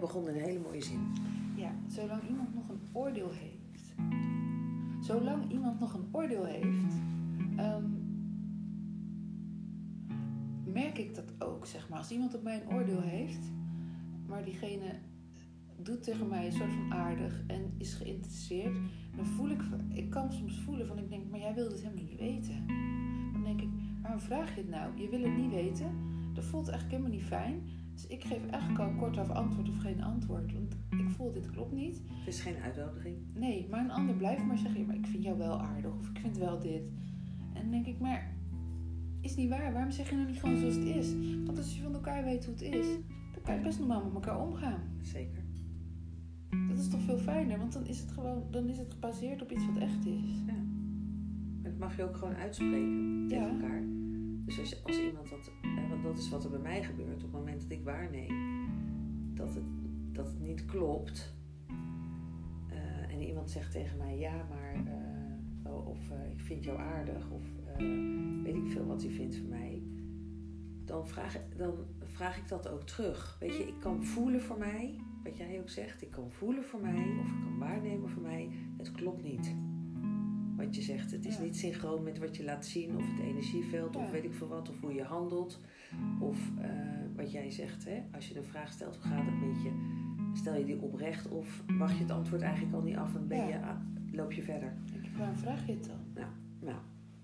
begon in een hele mooie zin. Ja, zolang iemand nog een oordeel heeft. Merk ik dat ook, zeg maar. Als iemand op mij een oordeel heeft, maar diegene doet tegen mij een soort van aardig en is geïnteresseerd, dan voel ik kan soms voelen van, ik denk, maar jij wilde het helemaal niet weten. Dan denk ik, waarom vraag je het nou? Je wil het niet weten. Dat voelt eigenlijk helemaal niet fijn. Dus ik geef eigenlijk al kortaf antwoord of geen antwoord. Want ik voel, dit klopt niet. Het is geen uitnodiging. Nee, maar een ander blijft maar zeggen, ja, maar ik vind jou wel aardig. Of ik vind wel dit. En dan denk ik, maar is niet waar. Waarom zeg je nou niet gewoon zoals het is? Want als je van elkaar weet hoe het is, dan kan je best normaal met elkaar omgaan. Zeker. Dat is toch veel fijner, want dan is het gebaseerd op iets wat echt is. Ja. Maar dat mag je ook gewoon uitspreken tegen elkaar. Dus als iemand dat, want dat is wat er bij mij gebeurt op het moment dat ik waarneem dat het niet klopt. En iemand zegt tegen mij, ja, maar ik vind jou aardig, of weet ik veel wat hij vindt van mij. Dan vraag ik dat ook terug. Weet je, ik kan voelen voor mij, wat jij ook zegt, ik kan voelen voor mij, of ik kan waarnemen voor mij, het klopt niet. Wat je zegt, het is niet synchroon met wat je laat zien, of het energieveld, of weet ik veel wat, of hoe je handelt. Of wat jij zegt, hè, als je een vraag stelt, hoe gaat het met je? Stel je die oprecht, of wacht je het antwoord eigenlijk al niet af en loop je verder? Waarom vraag je het dan? Nou.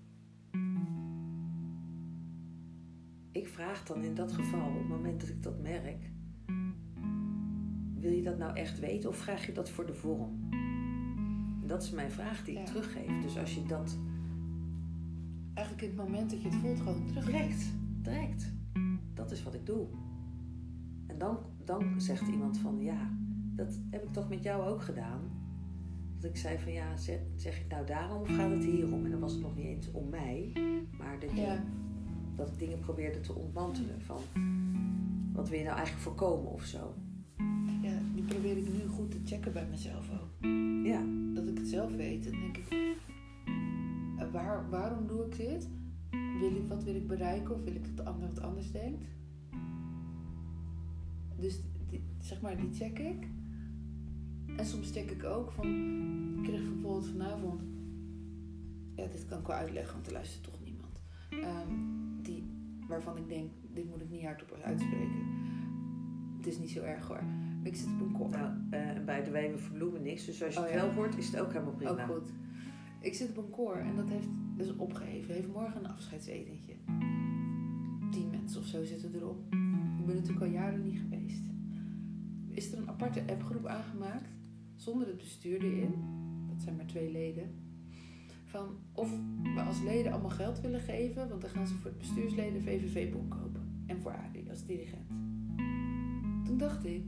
Ik vraag dan in dat geval, op het moment dat ik dat merk, wil je dat nou echt weten, of vraag je dat voor de vorm? Dat is mijn vraag die ik teruggeef. Dus als je dat... Eigenlijk in het moment dat je het voelt, gewoon teruggeeft. Direct. Dat is wat ik doe. En dan zegt iemand van, ja, dat heb ik toch met jou ook gedaan. Dat ik zei van, ja, zeg je het nou daarom of gaat het hierom? En dan was het nog niet eens om mij. Maar dat ik dingen probeerde te ontmantelen. Van, wat wil je nou eigenlijk voorkomen of zo? Ja, die probeer ik nu goed te checken bij mezelf ook. Ja. Dat ik het zelf weet. Dan denk ik, waarom doe ik dit? Wat wil ik bereiken? Of wil ik dat de ander wat anders denkt? Dus die check ik. En soms check ik ook van... Ik kreeg bijvoorbeeld vanavond... Ja, dit kan ik wel uitleggen, want er luistert toch niemand. Waarvan ik denk, dit moet ik niet hardop uitspreken. Het is niet zo erg hoor. Ik zit op een koor. Nou, bij de way, we verbloemen niks. Dus als je het wel hoort, is het ook helemaal prima. Ook goed. Ik zit op een koor en dat is opgeheven. Heeft morgen een afscheidsetentje. 10 mensen of zo zitten erop. Ik ben natuurlijk al jaren niet geweest. Is er een aparte appgroep aangemaakt, zonder het bestuur erin. Dat zijn maar 2 leden. Van of we als leden allemaal geld willen geven, want dan gaan ze voor het bestuursleden VVV-bon kopen. En voor Adi als dirigent. Toen dacht ik,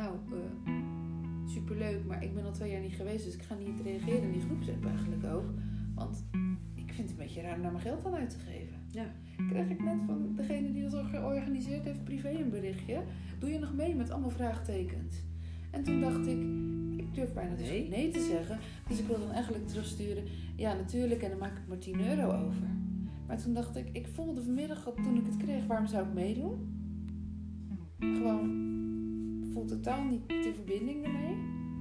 superleuk, maar ik ben al 2 jaar niet geweest, dus ik ga niet reageren in die groepsapp eigenlijk ook. Want ik vind het een beetje raar om daar mijn geld aan uit te geven. Ja. Kreeg ik net van degene die dat georganiseerd heeft privé een berichtje. Doe je nog mee met allemaal vraagtekens? En toen dacht ik durf bijna dus nee te zeggen. Dus ik wil dan eigenlijk terugsturen. Ja, natuurlijk, en dan maak ik maar €10 over. Maar toen dacht ik voelde vanmiddag toen ik het kreeg, waarom zou ik meedoen? Gewoon, ik voel totaal niet de verbinding ermee.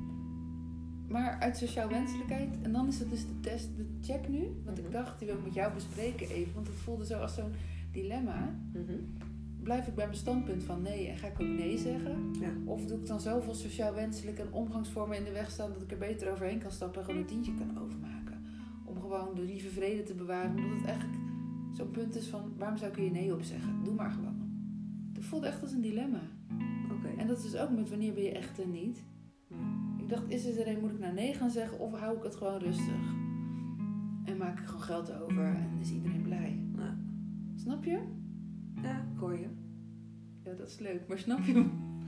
Maar uit sociaal wenselijkheid. En dan is het dus de check nu. Want ik dacht, die wil ik met jou bespreken even. Want het voelde zo als zo'n dilemma. Blijf ik bij mijn standpunt van nee en ga ik ook nee zeggen? Ja. Of doe ik dan zoveel sociaal wenselijk en omgangsvormen in de weg staan dat ik er beter overheen kan stappen en gewoon een tientje kan overmaken? Om gewoon de lieve vrede te bewaren. Omdat het eigenlijk zo'n punt is van waarom zou ik hier nee op zeggen? Doe maar gewoon. Het voelde echt als een dilemma. Okay. En dat is dus ook met wanneer ben je echt en niet. Ik dacht, is het er een, moet ik nou nee gaan zeggen of hou ik het gewoon rustig? En maak ik gewoon geld over en is iedereen blij. Ja. Snap je? Ja, ik hoor je. Ja, dat is leuk. Maar snap je hem?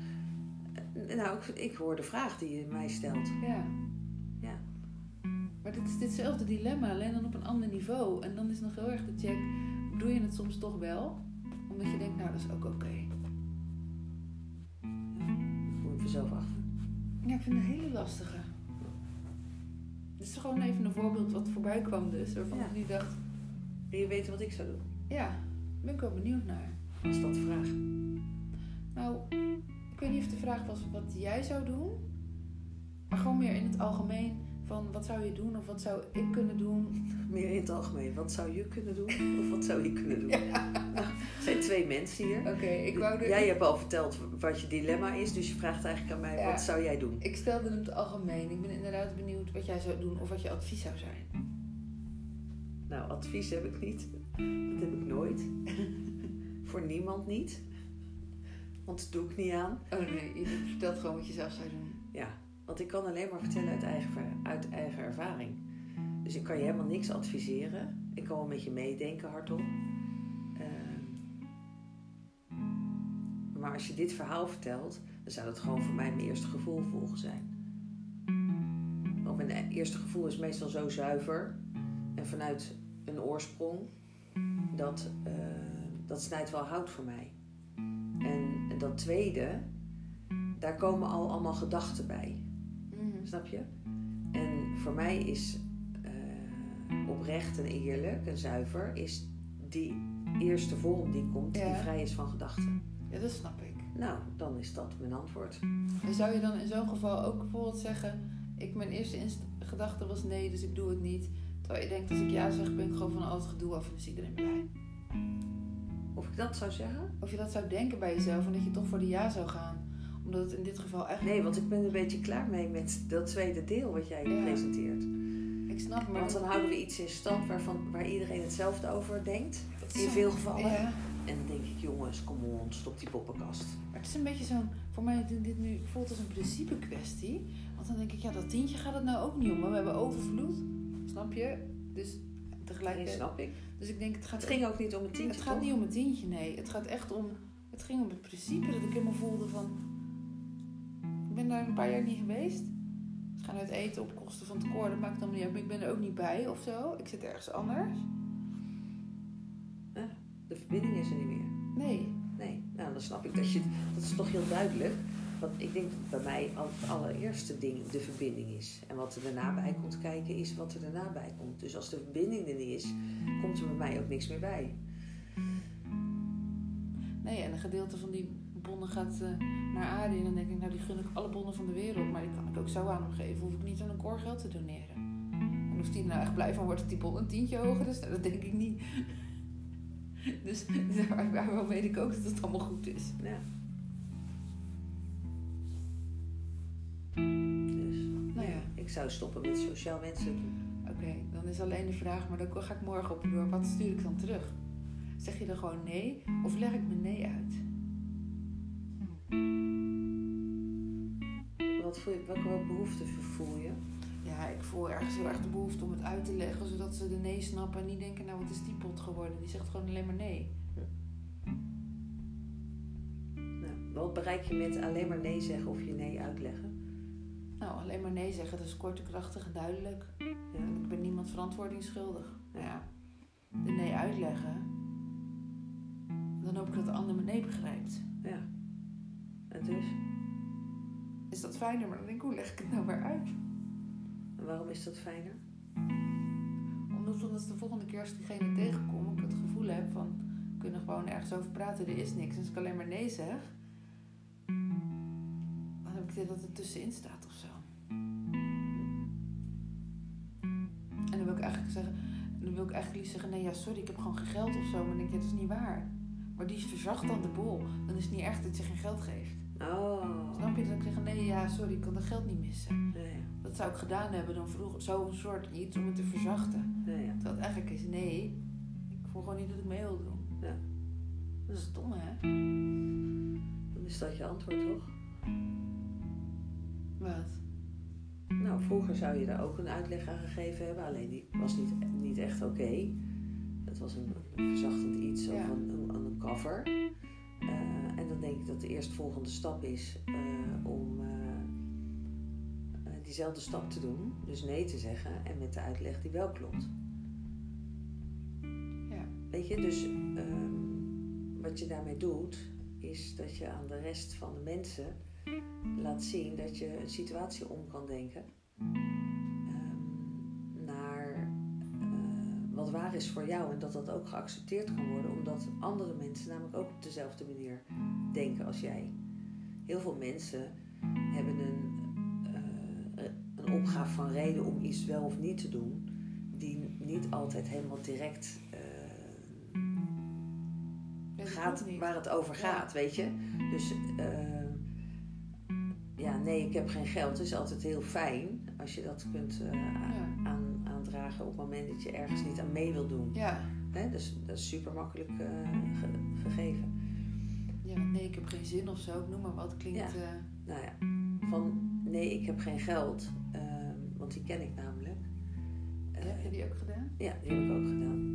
Nou, ik hoor de vraag die je mij stelt. Ja. Maar dit is ditzelfde dilemma, alleen dan op een ander niveau. En dan is nog heel erg de check, doe je het soms toch wel? Omdat je denkt, nou, dat is ook oké. Voel je vanzelf af. Ja, ik vind het een hele lastige. Dit is gewoon even een voorbeeld wat voorbij kwam dus. Waarvan ik nu dacht... Wil je weten wat ik zou doen? Ja, ben ik wel benieuwd naar. Wat is dat de vraag? Nou, Ik weet niet of de vraag was wat jij zou doen. Maar gewoon meer in het algemeen. Van wat zou je doen of wat zou ik kunnen doen? Meer in het algemeen. Wat zou je kunnen doen of wat zou ik kunnen doen? Ja. Nou, er zijn 2 mensen hier. Oké, ik wou er... Jij hebt al verteld wat je dilemma is. Dus je vraagt eigenlijk aan mij, wat zou jij doen? Ik stelde hem het algemeen. Ik ben inderdaad benieuwd wat jij zou doen of wat je advies zou zijn. Nou, advies heb ik niet. Dat heb ik nooit. Voor niemand niet. Want dat doe ik niet aan. Oh nee, je vertelt gewoon wat je zelf zou doen. Ja, want ik kan alleen maar vertellen uit eigen ervaring. Dus ik kan je helemaal niks adviseren. Ik kan wel met je meedenken hardop. Maar als je dit verhaal vertelt, dan zou dat gewoon voor mij mijn eerste gevoel volgen zijn. Want mijn eerste gevoel is meestal zo zuiver. En vanuit een oorsprong, dat snijdt wel hout voor mij. En dat tweede, daar komen al allemaal gedachten bij. Snap je? En voor mij is oprecht en eerlijk en zuiver, is die eerste vorm die komt, die vrij is van gedachten. Ja, dat snap ik. Nou, dan is dat mijn antwoord. En zou je dan in zo'n geval ook bijvoorbeeld zeggen, mijn eerste gedachte was nee, dus ik doe het niet. Terwijl je denkt, als ik ja zeg, ben ik gewoon van al het gedoe af en is iedereen blij. Of ik dat zou zeggen? Of je dat zou denken bij jezelf en dat je toch voor de ja zou gaan. Omdat het in dit geval eigenlijk... Nee, want ik ben er een beetje klaar mee met dat tweede deel wat jij presenteert. Ik snap maar. Want dan houden we iets in stand waar iedereen hetzelfde over denkt. In veel gevallen. Ja. En dan denk ik, jongens, kom on, stop die poppenkast. Maar het is een beetje zo'n... Voor mij dit nu voelt als een principe kwestie. Want dan denk ik, dat tientje gaat het nou ook niet om. Maar we hebben overvloed. Snap je? Dus tegelijk... Nee, snap ik. Dus ik denk, het ging ook niet om een tientje, Het gaat niet om een tientje, nee. Het gaat echt om... Het ging om het principe dat ik helemaal voelde van... Ik ben daar een paar jaar niet geweest. Ze gaan uit eten op kosten van het koor. Dat maakt allemaal niet uit. Maar ik ben er ook niet bij of zo. Ik zit ergens anders. De verbinding is er niet meer. Nee. Nou, dan snap ik dat is toch heel duidelijk. Want ik denk dat bij mij het allereerste ding de verbinding is. En wat er daarna bij komt kijken is wat er daarna bij komt. Dus als de verbinding er niet is, komt er bij mij ook niks meer bij. Nee, en een gedeelte van die bonnen gaat naar Arie. En dan denk ik, nou die gun ik alle bonnen van de wereld. Maar die kan ik ook zo aan hem geven. Hoef ik niet aan een koor geld te doneren. En of die er nou echt blij van wordt dat die bon een tientje hoger. Dus dat denk ik niet. Dus waarom weet ik ook dat het allemaal goed is. Ja. Dus, nou ja. Ik zou stoppen met sociaal wenselijk doen. Oké, dan is alleen de vraag, maar dan ga ik morgen op door. Wat stuur ik dan terug? Zeg je dan gewoon nee of leg ik mijn nee uit? Welke behoefte voel je? Ja, ik voel ergens heel erg de behoefte om het uit te leggen, zodat ze de nee snappen en niet denken, nou wat is die pot geworden? Die zegt gewoon alleen maar nee. Nou, wat bereik je met alleen maar nee zeggen of je nee uitleggen? Nou, alleen maar nee zeggen, dat is kort, krachtig en duidelijk. Ja. En ik ben niemand verantwoording schuldig. Nou ja, de nee uitleggen, dan hoop ik dat de ander mijn nee begrijpt. Ja. En dus? Is dat fijner, maar dan denk ik, hoe leg ik het nou weer uit? En waarom is dat fijner? Omdat de volgende keer als ik diegene tegenkom, ik het gevoel heb van, we kunnen gewoon ergens over praten, er is niks. En als ik alleen maar nee zeg, dan heb ik dit dat er tussenin staat of zo. En dan wil ik eigenlijk liefst zeggen, nee ja, sorry, ik heb gewoon geen geld of zo. Maar dan denk je, dat is niet waar. Maar die verzacht dan de bol. Dan is het niet erg dat je geen geld geeft. Oh. Snap je? Dan zeg ik, nee ja, sorry, ik kan dat geld niet missen. Nee. Dat zou ik gedaan hebben dan vroeger. Zo'n soort iets om het te verzachten. Nee, ja. Terwijl het eigenlijk is, nee, ik voel gewoon niet dat ik mee wil doen. Ja. Dat is stom, hè? Dan is dat je antwoord, toch? Wat? Nou, vroeger zou je daar ook een uitleg aan gegeven hebben. Alleen die was niet echt oké. Het was een verzachtend iets of een cover. En dan denk ik dat de eerstvolgende stap is om diezelfde stap te doen. Dus nee te zeggen en met de uitleg die wel klopt. Ja. Weet je, dus wat je daarmee doet, is dat je aan de rest van de mensen laat zien dat je een situatie om kan denken naar wat waar is voor jou en dat dat ook geaccepteerd kan worden, omdat andere mensen namelijk ook op dezelfde manier denken als jij. heel veel mensen hebben een opgave van reden om iets wel of niet te doen, die niet altijd helemaal direct gaat waar het over gaat, weet je. Dus nee, ik heb geen geld. Het is altijd heel fijn als je dat kunt aandragen op het moment dat je ergens niet aan mee wil doen. Ja. Hè? Dus dat is super makkelijk gegeven. Ja, nee, ik heb geen zin of zo. Noem maar wat. Klinkt... Ja. Nou ja, van nee, ik heb geen geld. Want die ken ik namelijk. Heb je die ook gedaan? Ja, die heb ik ook gedaan.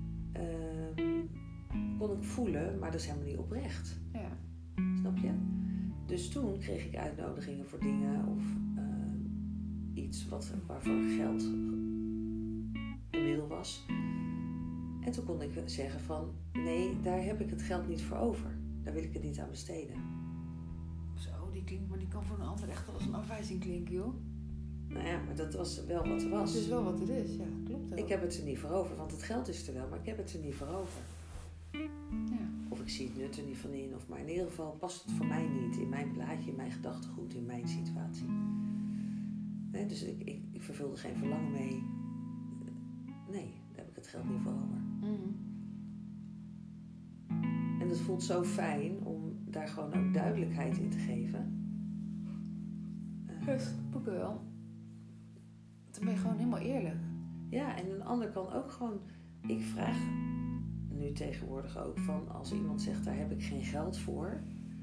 Kon ik voelen, maar dat is helemaal niet oprecht. Ja. Snap je? Dus toen kreeg ik uitnodigingen voor dingen of iets waarvoor geld een middel was. En toen kon ik zeggen van, nee, daar heb ik het geld niet voor over. Daar wil ik het niet aan besteden. Zo, die klinkt, maar die kan voor een ander echt als een afwijzing klinken, joh. Nou ja, maar dat was wel wat er was. Het is wel wat het is, ja, klopt wel. Ik heb het er niet voor over, want het geld is er wel, maar ik heb het er niet voor over. Ja. Of ik zie het nut er niet van in, maar in ieder geval past het voor mij niet in mijn plaatje, in mijn gedachtegoed, in mijn situatie. Nee, dus ik vervulde geen verlangen mee. Nee, daar heb ik het geld niet voor over. Mm-hmm. En het voelt zo fijn om daar gewoon ook duidelijkheid in te geven. Dat snap ik wel. Dan ben je gewoon helemaal eerlijk. Ja, en een ander kan ook gewoon... Ik vraag nu tegenwoordig ook van... Als iemand zegt, daar heb ik geen geld voor.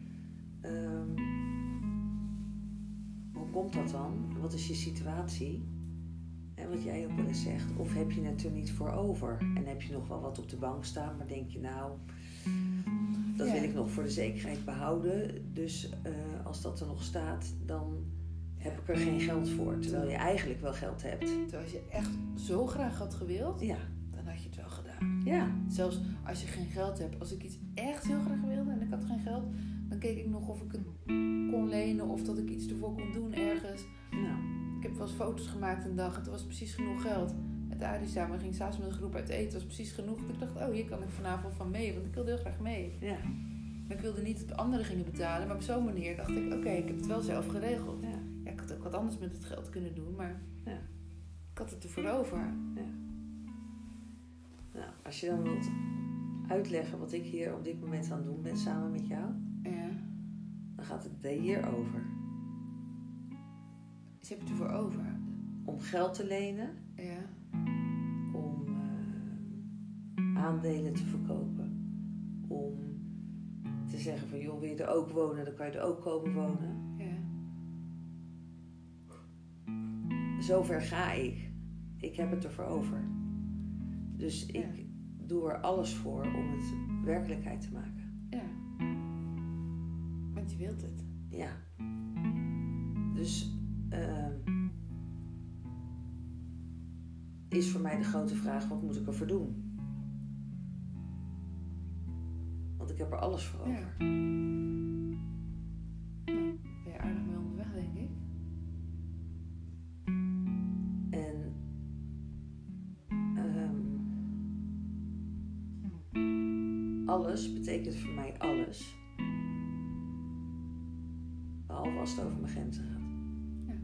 Hoe komt dat dan? Wat is je situatie? En wat jij ook wel eens zegt. Of heb je het er niet voor over? En heb je nog wel wat op de bank staan, maar denk je nou... Dat wil ik nog voor de zekerheid behouden. Dus als dat er nog staat, dan heb ik er geen geld voor. Terwijl je eigenlijk wel geld hebt. Terwijl als je echt zo graag had gewild, ja, dan had je het wel gedaan. Ja. Zelfs als je geen geld hebt. Als ik iets echt heel graag wilde en ik had geen geld, dan keek ik nog of ik het kon lenen of dat ik iets ervoor kon doen ergens. Nou. Ik heb wel eens foto's gemaakt een dag en toen was precies genoeg geld. Met de Arie samen, we gingen s'avonds met een groep uit eten, was precies genoeg. Ik dacht, oh, hier kan ik vanavond van mee, want ik wilde heel graag mee. Ja. Maar ik wilde niet dat anderen gingen betalen, maar op zo'n manier dacht ik, oké, ik heb het wel zelf geregeld. Ja. Ja, ik had ook wat anders met het geld kunnen doen, maar ik had het ervoor over. Ja. Nou, als je dan wilt uitleggen wat ik hier op dit moment aan het doen ben samen met jou, dan gaat het hierover. Dus je hebt het ervoor over? Om geld te lenen. Ja. Om aandelen te verkopen. Om te zeggen van, joh, wil je er ook wonen, dan kan je er ook komen wonen. Ja. Zover ga ik. Ik heb het ervoor over. Dus ik doe er alles voor om het werkelijkheid te maken. Ja. Want je wilt het. Ja. Dus is voor mij de grote vraag, wat moet ik ervoor doen? Want ik heb er alles voor over. Ja. Nou, ben je aardig mee onderweg, denk ik. En alles betekent voor mij alles. Behalve als het over mijn grenzen gaat. Ja.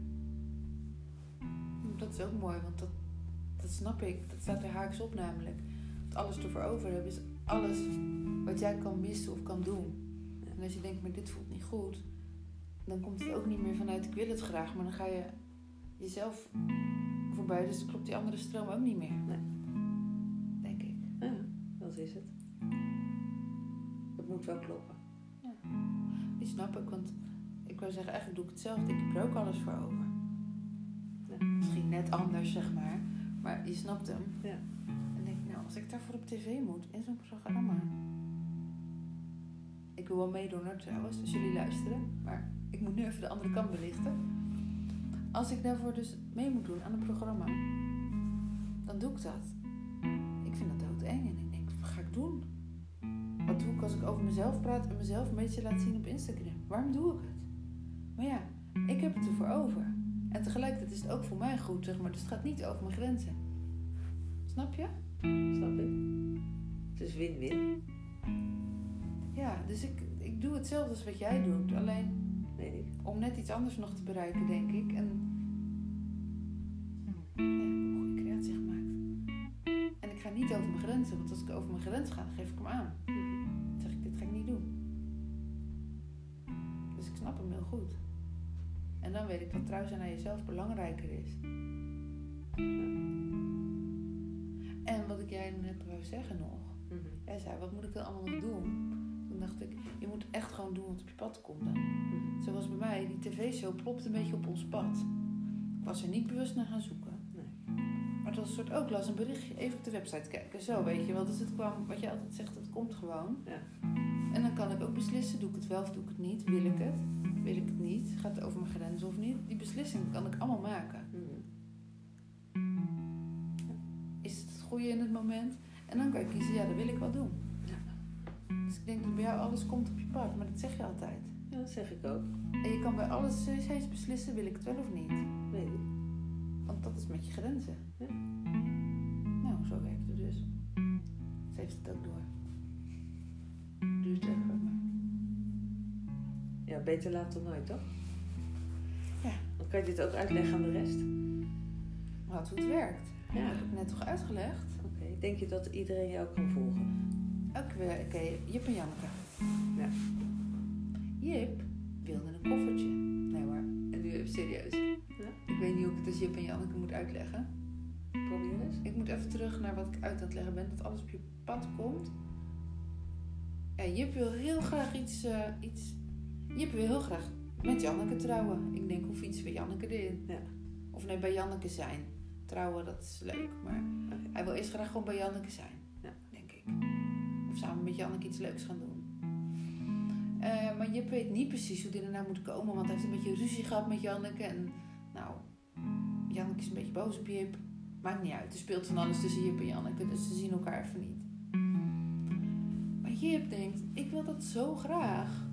Dat is ook mooi, want dat snap ik. Dat staat er haaks op namelijk. Dat alles ervoor over hebben is alles wat jij kan missen of kan doen. Ja. En als je denkt, maar dit voelt niet goed, dan komt het ook niet meer vanuit ik wil het graag, maar dan ga je jezelf voorbij. Dus dan klopt die andere stroom ook niet meer. Nee. Denk ik. Ja, dat is het. Het moet wel kloppen. Ja. Die snap ik, want ik wou zeggen, eigenlijk doe ik hetzelfde. Ik heb er ook alles voor over. Ja. Misschien net anders, zeg maar. Maar je snapt hem. Ja. En denk ik, nou, als ik daarvoor op tv moet, in zo'n programma. Ik wil wel meedoen hoor, trouwens, als jullie luisteren. Maar ik moet nu even de andere kant belichten. Als ik daarvoor dus mee moet doen aan een programma, dan doe ik dat. Ik vind dat doodeng en ik denk, wat ga ik doen? Wat doe ik als ik over mezelf praat en mezelf een beetje laat zien op Instagram? Waarom doe ik het? Maar ja, ik heb het ervoor over. En tegelijkertijd is het ook voor mij goed, zeg maar. Dus het gaat niet over mijn grenzen. Snap je? Snap ik. Het is win-win. Ja, dus ik doe hetzelfde als wat jij doet. Alleen om net iets anders nog te bereiken, denk ik. En ja, ik heb een goede creatie gemaakt. En ik ga niet over mijn grenzen, want als ik over mijn grens ga, dan geef ik hem aan. Dan zeg ik, dit ga ik niet doen. Dus ik snap hem heel goed. En dan weet ik dat trouw zijn aan jezelf belangrijker is. En wat ik jij net wou zeggen nog. Jij zei, wat moet ik dan allemaal nog doen? Toen dacht ik, je moet echt gewoon doen wat op je pad komt dan. Zoals bij mij, die tv-show plopte een beetje op ons pad. Ik was er niet bewust naar gaan zoeken. Nee. Maar het was een soort, ook las een berichtje, even op de website kijken. Zo, weet je wel. Dus het kwam, wat je altijd zegt, het komt gewoon. Ja. En dan kan ik ook beslissen, doe ik het wel of doe ik het niet? Wil ik het? Wil ik het niet? Gaat het over mijn grenzen of niet? Die beslissing kan ik allemaal maken. Is het het goede in het moment? En dan kan je kiezen, ja, dat wil ik wel doen. Ja. Dus ik denk dat bij jou alles komt op je pad, maar dat zeg je altijd. Ja, dat zeg ik ook. En je kan bij alles steeds beslissen, wil ik het wel of niet? Weet ik. Want dat is met je grenzen. Ja. Nou, zo werkt het dus. Ze heeft het ook door. Duurt even, maar... Ja, beter laat dan nooit, toch? Ja. Dan kan je dit ook uitleggen aan de rest. Wat, hoe het werkt. Ja. Dat heb ik net toch uitgelegd? Oké. Denk je dat iedereen jou kan volgen? Oké, Jip en Janneke. Ja. Jip wilde een koffertje. Nee hoor, en nu even serieus. Ja. Ik weet niet hoe ik het als Jip en Janneke moet uitleggen. Probeer eens. Ik moet even terug naar wat ik uit aan het leggen ben. Dat alles op je pad komt. Ja, Jip wil heel graag iets... Jip wil heel graag met Janneke trouwen. Ik denk, hoe fietsen we Janneke erin? Ja. Of nee, bij Janneke zijn. Trouwen, dat is leuk. Maar hij wil eerst graag gewoon bij Janneke zijn. Ja. Denk ik. Of samen met Janneke iets leuks gaan doen. Maar Jip weet niet precies hoe dit er nou moet komen. Want hij heeft een beetje ruzie gehad met Janneke. En nou, Janneke is een beetje boos op Jip. Maakt niet uit. Er speelt van alles tussen Jip en Janneke. Dus ze zien elkaar even niet. Maar Jip denkt, ik wil dat zo graag.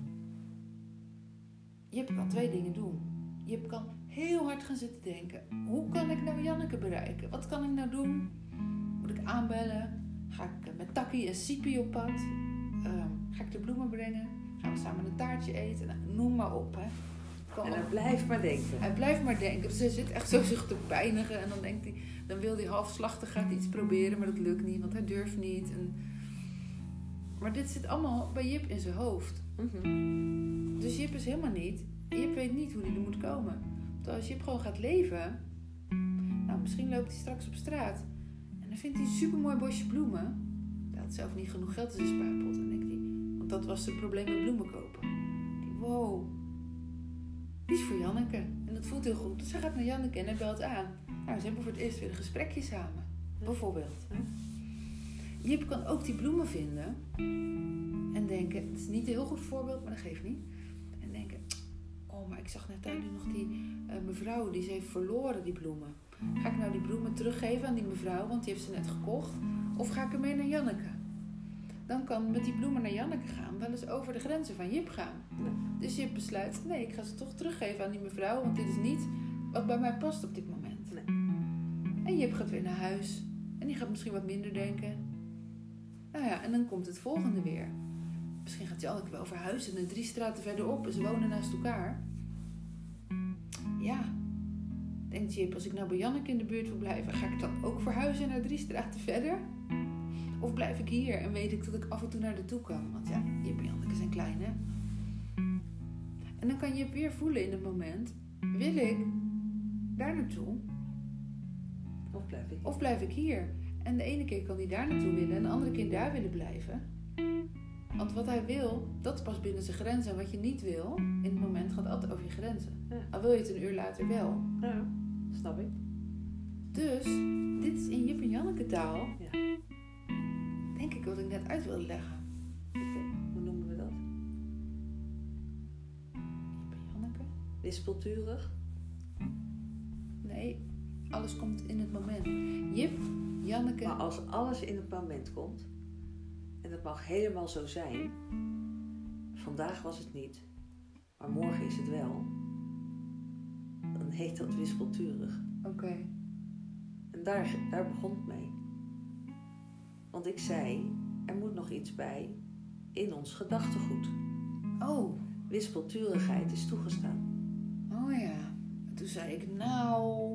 Jip kan 2 dingen doen. Jip kan heel hard gaan zitten denken. Hoe kan ik nou Janneke bereiken? Wat kan ik nou doen? Moet ik aanbellen? Ga ik met Takkie en Siepie op pad? Ga ik de bloemen brengen? Gaan we samen een taartje eten? Nou, noem maar op. Hè. En hij blijft maar denken. Hij blijft maar denken. Dus hij zit echt zo zich te pijnigen. En dan denkt hij, dan wil hij halfslachtig gaat iets proberen. Maar dat lukt niet, want hij durft niet. Maar dit zit allemaal bij Jip in zijn hoofd. Dus Jip is helemaal niet. Jip weet niet hoe hij er moet komen. Want als Jip gewoon gaat leven. Nou, misschien loopt hij straks op straat. En dan vindt hij een supermooi bosje bloemen. Hij had zelf niet genoeg geld in zijn spaarpot. En denkt hij, want dat was zijn probleem met bloemen kopen. Wow, die is voor Janneke. En dat voelt heel goed. Dus hij gaat naar Janneke en hij belt aan. Nou, ze hebben voor het eerst weer een gesprekje samen. Bijvoorbeeld. Jip kan ook die bloemen vinden. En denken, het is niet een heel goed voorbeeld, maar dat geeft niet. En denken, oh, maar ik zag net daar nu nog die mevrouw, die ze heeft verloren, die bloemen. Ga ik nou die bloemen teruggeven aan die mevrouw, want die heeft ze net gekocht? Of ga ik ermee naar Janneke? Dan kan met die bloemen naar Janneke gaan, wel eens over de grenzen van Jip gaan. Ja. Dus Jip besluit, nee, ik ga ze toch teruggeven aan die mevrouw, want dit is niet wat bij mij past op dit moment. Nee. En Jip gaat weer naar huis. En die gaat misschien wat minder denken. Nou ja, en dan komt het volgende weer. Misschien gaat Janneke wel verhuizen en 3 straten verderop en ze wonen naast elkaar. Ja, denkt Jip, als ik nou bij Janneke in de buurt wil blijven, ga ik dan ook verhuizen naar 3 straten verder? Of blijf ik hier en weet ik dat ik af en toe naar de toe kan? Want ja, Jip en Janneke zijn klein, hè? En dan kan Jip weer voelen in het moment, wil ik daar naartoe? Of blijf ik hier? En de ene keer kan hij daar naartoe willen en de andere keer daar willen blijven. Want wat hij wil, dat past binnen zijn grenzen. En wat je niet wil, in het moment gaat altijd over je grenzen. Ja. Al wil je het een uur later wel. Ja, snap ik. Dus, dit is in Jip en Janneke taal. Ja. Denk ik wat ik net uit wilde leggen. Okay. Hoe noemen we dat? Jip en Janneke? Wispelturig? Nee, alles komt in het moment. Jip, Janneke... Maar als alles in het moment komt, en dat mag helemaal zo zijn, vandaag was het niet, maar morgen is het wel, dan heet dat wispelturig. Oké. En daar begon het mee. Want ik zei, er moet nog iets bij in ons gedachtegoed. Oh. Wispelturigheid is toegestaan. Oh ja. En toen zei ik, nou...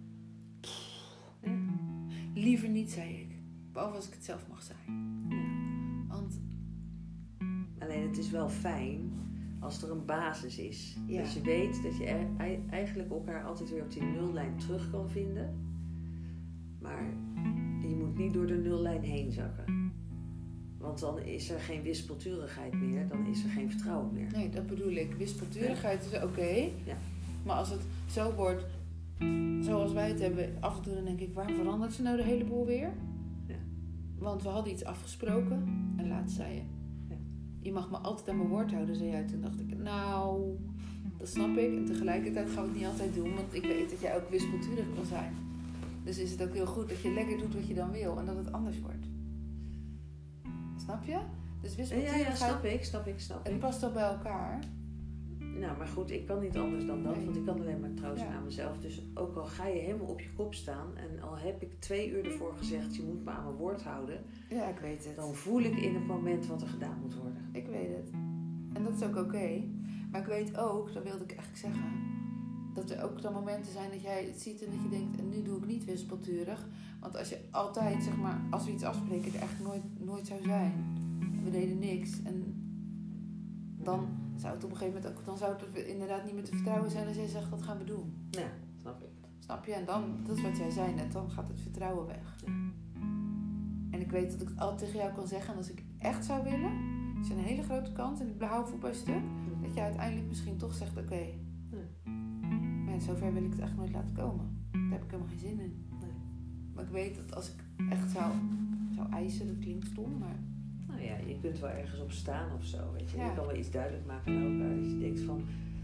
Liever niet, zei ik. Behalve als ik het zelf mag zijn. Want... Alleen het is wel fijn als er een basis is. Ja. Dat je weet dat je eigenlijk elkaar altijd weer op die nullijn terug kan vinden. Maar je moet niet door de nullijn heen zakken. Want dan is er geen wispelturigheid meer. Dan is er geen vertrouwen meer. Nee, dat bedoel ik. Wispelturigheid is oké. Ja. Maar als het zo wordt, zoals wij het hebben, af en toe dan denk ik, waarom verandert ze nou de hele boel weer? Ja. Want we hadden iets afgesproken. En laatst zei je, je mag me altijd aan mijn woord houden, zei jij. Toen dacht ik, nou, dat snap ik. En tegelijkertijd gaan we het niet altijd doen. Want ik weet dat jij ook wispelturig kan zijn. Dus is het ook heel goed dat je lekker doet wat je dan wil. En dat het anders wordt. Snap je? Dus wispelturigheid... Ja, snap ik. Het past toch bij elkaar? Nou, maar goed, ik kan niet anders dan dat. Nee. Want ik kan alleen maar trouw zijn aan mezelf. Dus ook al ga je helemaal op je kop staan. En al heb ik 2 uur ervoor gezegd, je moet me aan mijn woord houden. Ja, ik weet het. Dan voel ik in het moment wat er gedaan moet worden. Ik weet het. En dat is ook oké. Maar ik weet ook, dat wilde ik eigenlijk zeggen, dat er ook dan momenten zijn dat jij het ziet en dat je denkt, en nu doe ik niet wispelturig. Want als je altijd, zeg maar, als we iets afspreken, er eigenlijk nooit zou zijn. We deden niks. En dan zou het op een gegeven moment ook, dan zou het inderdaad niet meer te vertrouwen zijn als jij zegt, dat gaan we doen. Ja, snap ik. Snap je? En dan, dat is wat jij zei net, dan gaat het vertrouwen weg. Ja. En ik weet dat ik het altijd tegen jou kan zeggen, en als ik echt zou willen, is er een hele grote kans, en ik behoud voet bij stuk, dat je uiteindelijk misschien toch zegt, oké. Maar zover wil ik het echt nooit laten komen. Daar heb ik helemaal geen zin in. Nee. Maar ik weet dat als ik echt zou eisen, dat klinkt stom, maar... Nou ja, je kunt wel ergens op staan of zo, weet je. Ja. Je kan wel iets duidelijk maken aan elkaar. Dat je denkt van...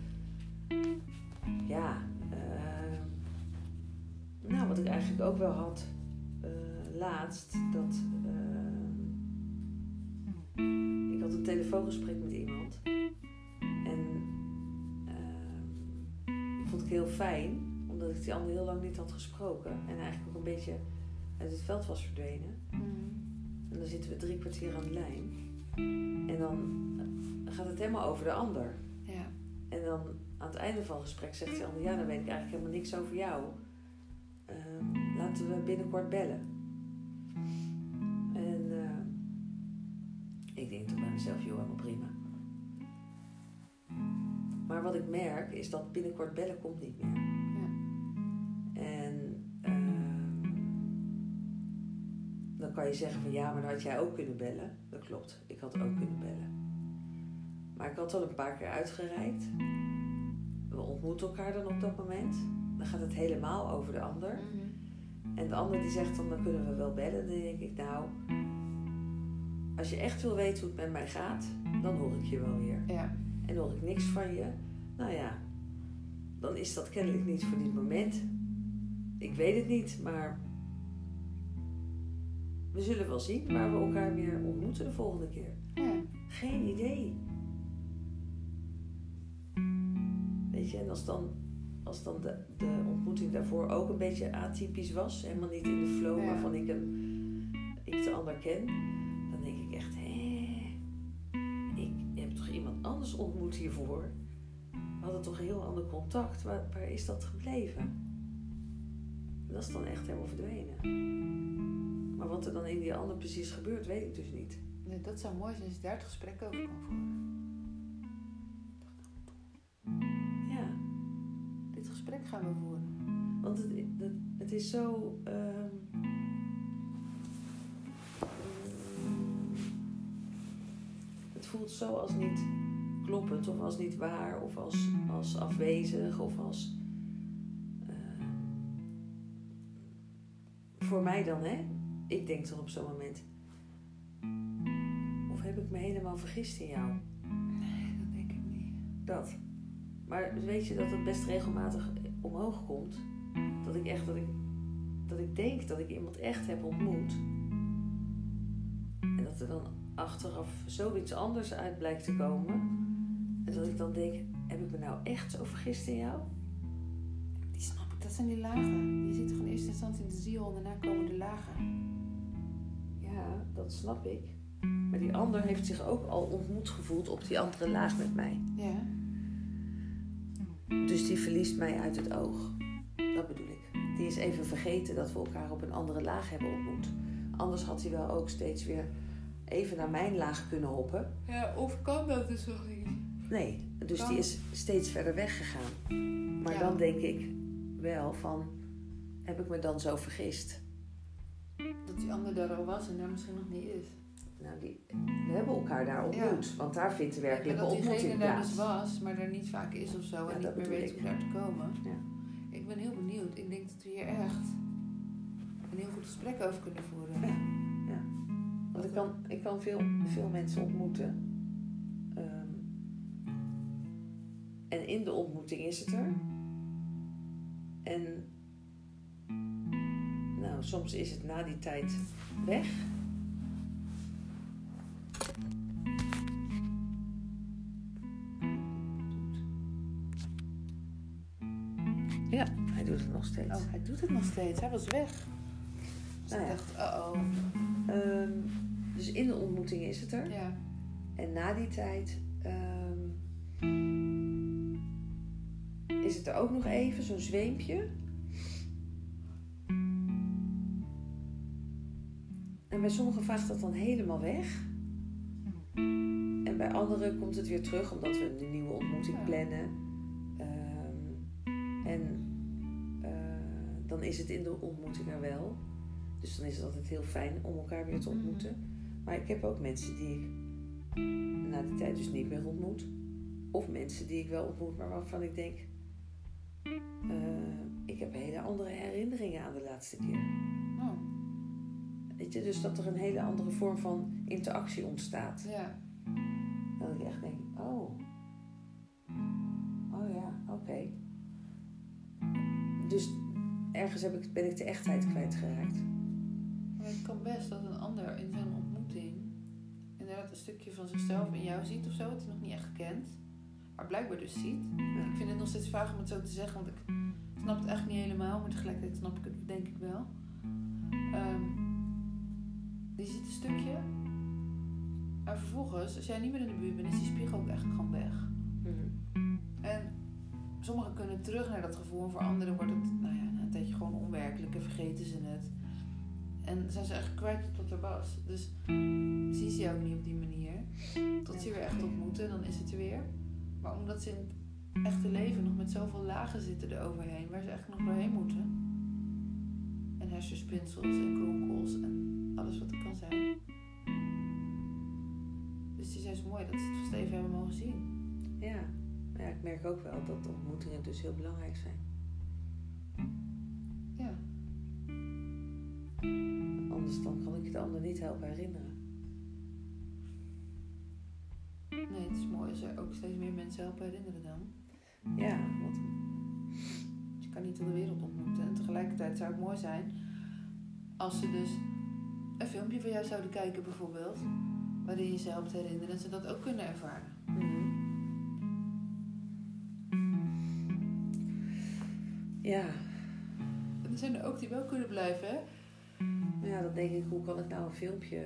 Ja, nou wat ik eigenlijk ook wel had laatst, dat... ik had een telefoongesprek met iemand. En vond ik heel fijn, omdat ik die ander heel lang niet had gesproken. En eigenlijk ook een beetje uit het veld was verdwenen. En dan zitten we 3 kwartier aan de lijn. En dan gaat het helemaal over de ander. Ja. En dan aan het einde van het gesprek zegt die ander... Ja, dan weet ik eigenlijk helemaal niks over jou. Laten we binnenkort bellen. En ik denk toch bij mezelf, joh, helemaal prima. Maar wat ik merk is dat binnenkort bellen komt niet meer. Ja. En dan kan je zeggen van ja, maar dan had jij ook kunnen bellen. Dat klopt, ik had ook kunnen bellen. Maar ik had al een paar keer uitgereikt. We ontmoeten elkaar dan op dat moment. Dan gaat het helemaal over de ander. En de ander die zegt dan kunnen we wel bellen. Dan denk ik nou, als je echt wil weten hoe het met mij gaat, dan hoor ik je wel weer. Ja. En hoor ik niks van je, nou ja, dan is dat kennelijk niet voor dit moment. Ik weet het niet, maar we zullen wel zien waar we elkaar weer ontmoeten de volgende keer. Ja. Geen idee. Weet je, en als dan de ontmoeting daarvoor ook een beetje atypisch was, helemaal niet in de flow waarvan ik de ander ken, dan denk ik echt, ik heb toch iemand anders ontmoet hiervoor? We hadden toch een heel ander contact. Waar is dat gebleven? En dat is dan echt helemaal verdwenen. Maar wat er dan in die ander precies gebeurt, weet ik dus niet. Nee, dat zou mooi zijn als je daar het gesprek over kan voeren. Ja. Dit gesprek gaan we voeren. Want het is zo... het voelt zo als niet kloppend of als niet waar of als afwezig of als... voor mij dan, hè? Ik denk dan op zo'n moment... Of heb ik me helemaal vergist in jou? Nee, dat denk ik niet. Dat. Maar weet je dat het best regelmatig omhoog komt? Dat ik denk dat ik iemand echt heb ontmoet. En dat er dan achteraf zoiets anders uit blijkt te komen. En dat ik dan denk, heb ik me nou echt zo vergist in jou? Die snap ik, dat zijn die lagen. Je ziet toch in eerste instantie de ziel en daarna komen de lagen. Ja, dat snap ik. Maar die ander heeft zich ook al ontmoet gevoeld op die andere laag met mij. Ja. Dus die verliest mij uit het oog. Dat bedoel ik. Die is even vergeten dat we elkaar op een andere laag hebben ontmoet. Anders had hij wel ook steeds weer even naar mijn laag kunnen hoppen. Ja, of kan dat dus nog niet? Nee, dus die is steeds verder weggegaan. Maar dan denk ik wel van, heb ik me dan zo vergist? Dat die ander daar al was en daar misschien nog niet is. Nou, we hebben elkaar daar ontmoet. Want daar vindt de werkelijke ontmoeting plaats. Dat diegene daar dus was, maar er niet vaak is of zo. En niet meer weet hoe daar te komen. Ja. Ik ben heel benieuwd. Ik denk dat we hier echt een heel goed gesprek over kunnen voeren. Ja. Want ik kan veel mensen ontmoeten. En in de ontmoeting is het er. En nou, soms is het na die tijd weg. Ja, hij doet het nog steeds. Oh, hij doet het nog steeds. Hij was weg. Dus ik dacht, dus in de ontmoeting is het er. Ja. En na die tijd is het er ook nog even, zo'n zweempje. En bij sommigen vaagt dat dan helemaal weg. En bij anderen komt het weer terug, omdat we een nieuwe ontmoeting plannen. Dan is het in de ontmoeting er wel. Dus dan is het altijd heel fijn om elkaar weer te ontmoeten. Maar ik heb ook mensen die ik na die tijd dus niet meer ontmoet. Of mensen die ik wel ontmoet, maar waarvan ik denk... ik heb hele andere herinneringen aan de laatste keer. Oh. Weet je, dus dat er een hele andere vorm van interactie ontstaat. Ja. Dat ik echt denk, oh ja, oké. Dus ergens ben ik de echtheid kwijtgeraakt. Maar het kan best dat een ander in zo'n ontmoeting inderdaad een stukje van zichzelf in jou ziet of zo, wat hij nog niet echt kent, maar blijkbaar dus ziet. Ja. Ik vind het nog steeds vaag om het zo te zeggen, want ik snap het echt niet helemaal, maar tegelijkertijd snap ik het denk ik wel. Die ziet een stukje, maar vervolgens, als jij niet meer in de buurt bent, is die spiegel ook echt gewoon weg. En sommigen kunnen terug naar dat gevoel en voor anderen wordt het, na een tijdje gewoon onwerkelijk en vergeten ze het. En zijn ze echt kwijt tot er was. Dus zie ze jou niet op die manier. Tot ze je weer echt ontmoeten, dan is het er weer. Maar omdat ze in het echte leven nog met zoveel lagen zitten eroverheen, waar ze echt nog doorheen moeten. En hersenspinsels en kronkels en alles wat er kan zijn. Dus die zijn zo mooi dat ze het vast even hebben mogen zien. Ja, maar ja, ik merk ook wel dat de ontmoetingen dus heel belangrijk zijn. Ja. Anders dan kan ik de ander niet helpen herinneren. Nee, het is mooi als er ook steeds meer mensen helpen herinneren dan. Ja, want je kan niet heel de wereld ontmoeten. En tegelijkertijd zou het mooi zijn als ze dus een filmpje van jou zouden kijken bijvoorbeeld, waarin je ze helpt herinneren en ze dat ook kunnen ervaren. Ja. En er zijn er ook die wel kunnen blijven, hè? Ja, dan denk ik, hoe kan ik nou een filmpje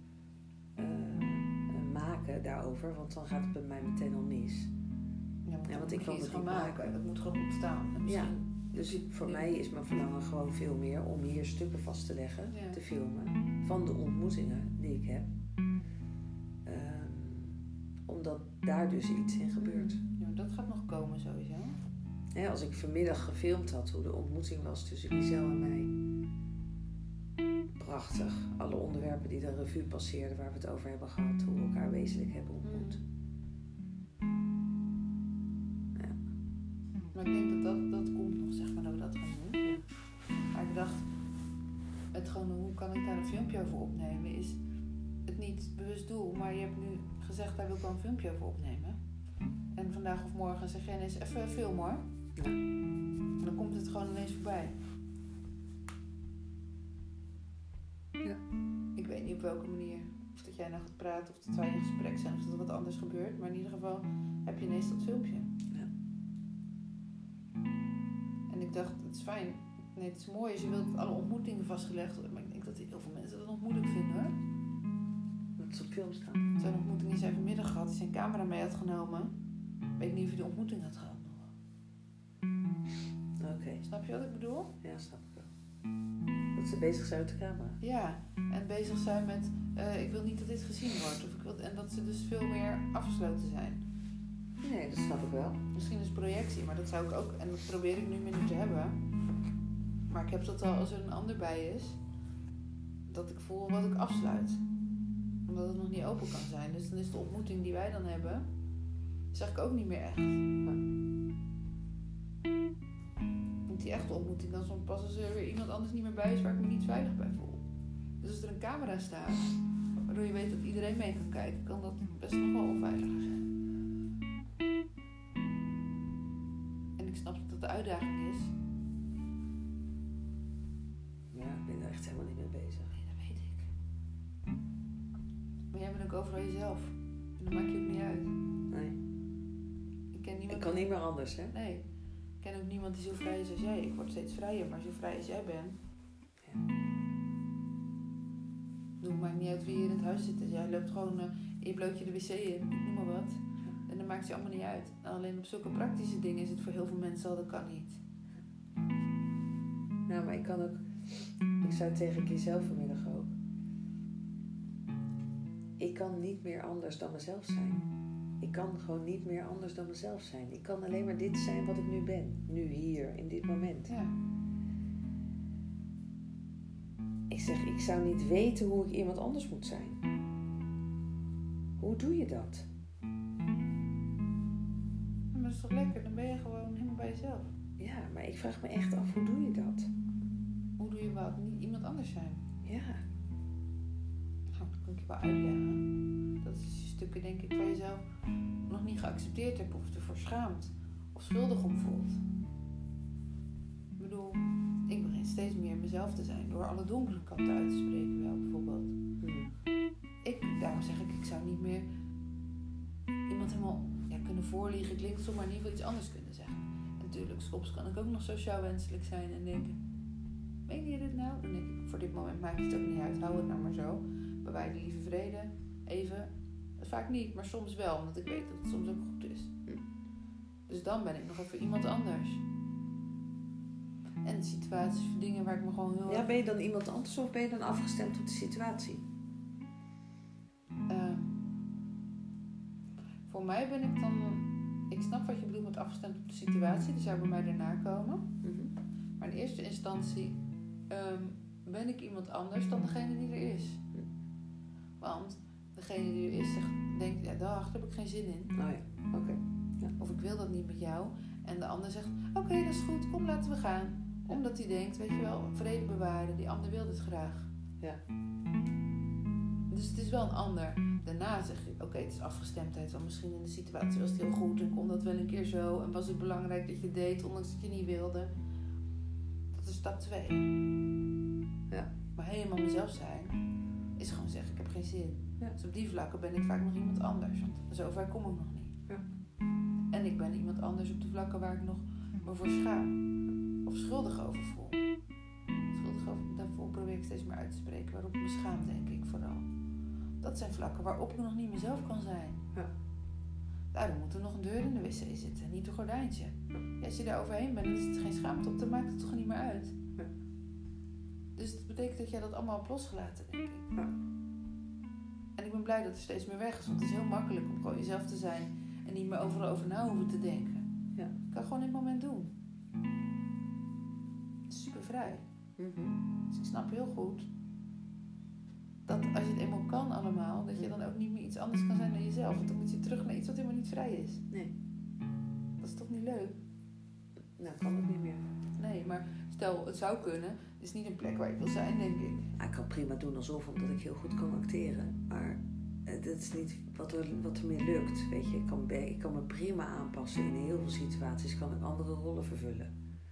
maken daarover? Want dan gaat het bij mij meteen al mis. Ja, want ik kan het gewoon maken. Dat moet gewoon ontstaan. Ja, dus voor mij is mijn verlangen gewoon veel meer om hier stukken vast te leggen, te filmen, van de ontmoetingen die ik heb. Omdat daar dus iets in gebeurt. Ja, dat gaat nog komen sowieso. Ja, als ik vanmiddag gefilmd had hoe de ontmoeting was tussen Giselle en mij. Prachtig. Alle onderwerpen die de revue passeerden, waar we het over hebben gehad, hoe we elkaar wezenlijk hebben ontmoet. Ja. Maar ik denk dat komt nog, zeg maar, dat we dat gaan doen. Ja. Maar ik dacht, het gewoon, hoe kan ik daar een filmpje over opnemen, is het niet bewust doel, maar je hebt nu gezegd, daar wil ik wel een filmpje over opnemen. En vandaag of morgen zeg jij ineens even film hoor. Ja. En dan komt het gewoon ineens voorbij. Ja. Ik weet niet op welke manier. Of dat jij nou gaat praten, of dat wij in gesprek zijn, of dat er wat anders gebeurt. Maar in ieder geval heb je ineens dat filmpje. Ja. En ik dacht, het is fijn. Nee, het is mooi als je wilt dat alle ontmoetingen vastgelegd worden. Maar ik denk dat heel veel mensen dat nog moeilijk vinden hoor. Dat ze op film staan. Zo'n ontmoeting die zij vanmiddag had, die zijn camera mee had genomen. Ik weet niet of je de ontmoeting had gehad nog. Oké. Snap je wat ik bedoel? Ja, snap ik wel. Dat ze bezig zijn met de camera. Ja, en bezig zijn met, ik wil niet dat dit gezien wordt. En dat ze dus veel meer afgesloten zijn. Nee, dat snap ik wel. Misschien is projectie, maar dat zou ik ook, en dat probeer ik nu minder te hebben. Maar ik heb dat al als er een ander bij is, dat ik voel wat ik afsluit. Omdat het nog niet open kan zijn. Dus dan is de ontmoeting die wij dan hebben, is eigenlijk ook niet meer echt. Want die echte ontmoeting dan soms pas als er weer iemand anders niet meer bij is waar ik me niet veilig bij voel. Dus als er een camera staat, waardoor je weet dat iedereen mee kan kijken, kan dat best nog wel onveiliger zijn. En ik snap dat dat de uitdaging is. Ja, ik ben er echt helemaal niet mee bezig. Nee, dat weet ik. Maar jij bent ook overal jezelf. En dat maakt je ook niet uit. Nee. Ik kan niet meer anders, hè? Nee. Ik ken ook niemand die zo vrij is als jij. Ik word steeds vrijer, maar zo vrij als jij bent. Ja. Het maakt niet uit wie hier in het huis zit. Dus jij loopt gewoon in je blootje de wc in, ik noem maar wat. En dat maakt je allemaal niet uit. En alleen op zulke praktische dingen is het voor heel veel mensen al, dat kan niet. Nou, maar ik kan ook... Ik zei tegen Giselle vanmiddag ook. Ik kan niet meer anders dan mezelf zijn. Ik kan gewoon niet meer anders dan mezelf zijn. Ik kan alleen maar dit zijn wat ik nu ben. Nu, hier, in dit moment. Ja. Ik zeg, ik zou niet weten hoe ik iemand anders moet zijn. Hoe doe je dat? Maar dat is toch lekker? Dan ben je gewoon helemaal bij jezelf. Ja, maar ik vraag me echt af, hoe doe je dat? Hoe doe je wat? Niet iemand anders zijn. Ja. Nou, dat kan ik je wel uitleggen. Dat is die stukken, denk ik, waar je zelf nog niet geaccepteerd hebt of ervoor schaamt of schuldig om voelt. Ik bedoel, ik begin steeds meer mezelf te zijn door alle donkere kanten uit te spreken, wel bijvoorbeeld. Daarom zeg ik zou niet meer iemand helemaal kunnen voorliegen. Klinkt zo, maar in ieder geval iets anders kunnen zeggen. En natuurlijk, soms kan ik ook nog sociaal wenselijk zijn en denken, meen je dit nou? Dan denk ik, voor dit moment maakt het ook niet uit, hou het nou maar zo. Bewaar de lieve vrede, even. Vaak niet, maar soms wel, omdat ik weet dat het soms ook goed is. Dus dan ben ik nog even iemand anders. En de situaties, dingen waar ik me gewoon heel... Ja, ben je dan iemand anders of ben je dan afgestemd op de situatie? Voor mij ben ik dan... Ik snap wat je bedoelt met afgestemd op de situatie. Die zou bij mij daarna komen. Mm-hmm. Maar in eerste instantie ben ik iemand anders dan degene die er is. Want degene die er is denkt, ja dag, daar heb ik geen zin in. Oh ja, oké. Ja. Of ik wil dat niet met jou. En de ander zegt, oké, dat is goed, kom laten we gaan. Omdat hij denkt, weet je wel, vrede bewaren. Die ander wil dit graag. Ja. Dus het is wel een ander. Daarna zeg je, oké, het is afgestemdheid. Want misschien in de situatie was het heel goed en kon dat wel een keer zo. En was het belangrijk dat je het deed, ondanks dat je niet wilde. Dat is stap 2. Ja. Maar helemaal mezelf zijn is gewoon zeggen, ik heb geen zin. Ja. Dus op die vlakken ben ik vaak nog iemand anders. Want zover kom ik nog niet. Ja. En ik ben iemand anders op de vlakken waar ik nog me voor schaam. Of schuldig over voel. Schuldig over, daarvoor probeer ik steeds meer uit te spreken. Waarop ik me schaam, denk ik vooral. Dat zijn vlakken waarop ik nog niet mezelf kan zijn. Ja. Daarom moet er nog een deur in de wc zitten, niet een gordijntje. Ja, als je daar overheen bent, dan is het geen schaamte op, dan maakt het toch niet meer uit. Ja. Dus dat betekent dat jij dat allemaal hebt losgelaten, denk ik. Ja. En ik ben blij dat er steeds meer weg is, want het is heel makkelijk om gewoon jezelf te zijn en niet meer overal over na hoeven te denken. Ja. Ik kan gewoon in het moment doen. Het is super vrij. Mm-hmm. Dus ik snap heel goed dat als je het eenmaal kan allemaal, dat je dan ook niet meer iets anders kan zijn dan jezelf. Want dan moet je terug naar iets wat helemaal niet vrij is. Nee. Dat is toch niet leuk? Nou, kan het niet meer. Nee, maar stel, het zou kunnen. Het is niet een plek waar ik wil zijn, denk ik. Ik kan prima doen alsof, omdat ik heel goed kan acteren. Maar dat is niet wat er meer lukt. Weet je, ik kan me prima aanpassen. In heel veel situaties kan ik andere rollen vervullen.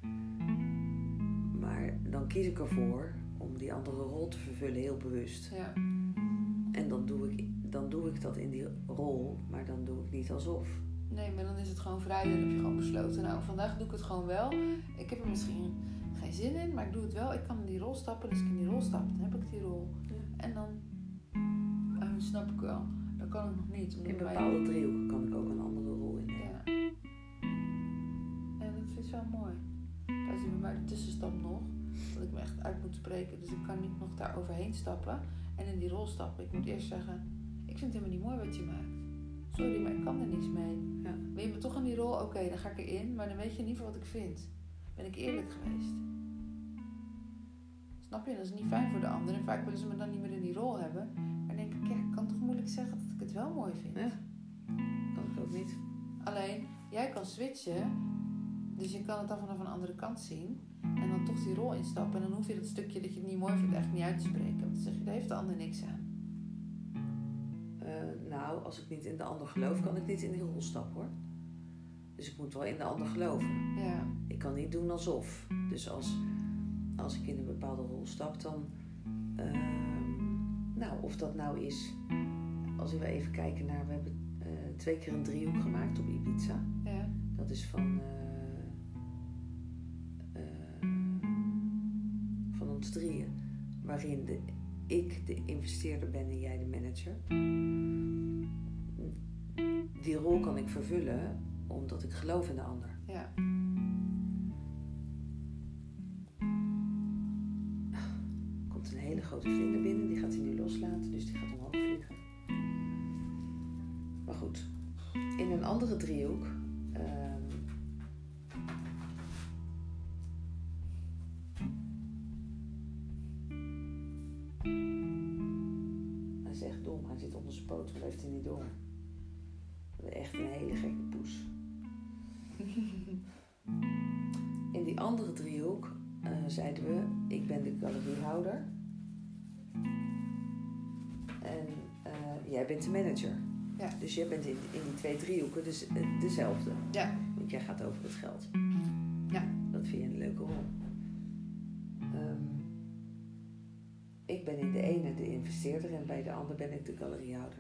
Maar dan kies ik ervoor om die andere rol te vervullen, heel bewust. Ja. En dan doe ik dat in die rol, maar dan doe ik niet alsof. Nee, maar dan is het gewoon vrij. Dan heb je gewoon besloten, nou, vandaag doe ik het gewoon wel. Ik heb er misschien geen zin in, maar ik doe het wel. Ik kan in die rol stappen, dus als ik in die rol stap, dan heb ik die rol. Ja. En dan snap ik wel. Dat kan ik nog niet. In bepaalde driehoeken kan ik ook een andere rol in hebben. Ja. En dat vind ik wel mooi. Daar is bij mij de tussenstap nog. Dat ik me echt uit moet spreken. Dus ik kan niet nog daar overheen stappen. En in die rol stappen. Ik moet eerst zeggen, ik vind het helemaal niet mooi wat je maakt. Sorry, maar ik kan er niks mee. Ja. Wil je me toch in die rol? Oké, dan ga ik erin. Maar dan weet je niet wat ik vind. Ben ik eerlijk geweest. Snap je? Dat is niet fijn voor de ander. En vaak willen ze me dan niet meer in die rol hebben. Maar dan denk ik, ja, ik kan toch moeilijk zeggen dat ik het wel mooi vind. Ja, kan ik ook niet. Alleen, jij kan switchen. Dus je kan het dan vanaf een andere kant zien. En dan toch die rol instappen. En dan hoef je dat stukje dat je het niet mooi vindt echt niet uit te spreken. Want dan zeg je, daar heeft de ander niks aan. Nou, als ik niet in de ander geloof, kan ik niet in die rol stappen hoor. Dus ik moet wel in de ander geloven. Ja. Ik kan niet doen alsof. Dus als ik in een bepaalde rol stap, dan... nou, of dat nou is... Als we even kijken naar... We hebben 2 keer een driehoek gemaakt op Ibiza. Ja. Dat is van ons drieën. Waarin ik de investeerder ben en jij de manager. Die rol kan ik vervullen omdat ik geloof in de ander. Ja. Er komt een hele grote vlinder binnen. Die gaat hij nu loslaten. Dus die gaat omhoog vliegen. Maar goed. In een andere driehoek... Hij is echt dom. Hij zit onder zijn poot. Dat heeft hij niet door. Echt een hele gekke poes. In die andere driehoek zeiden we... Ik ben de galeriehouder. En jij bent de manager. Ja. Dus jij bent in die 2 driehoeken dus dezelfde. Ja. Want jij gaat over het geld. Ja. Dat vind je een leuke rol. Ik ben in de ene de investeerder en bij de ander ben ik de galeriehouder.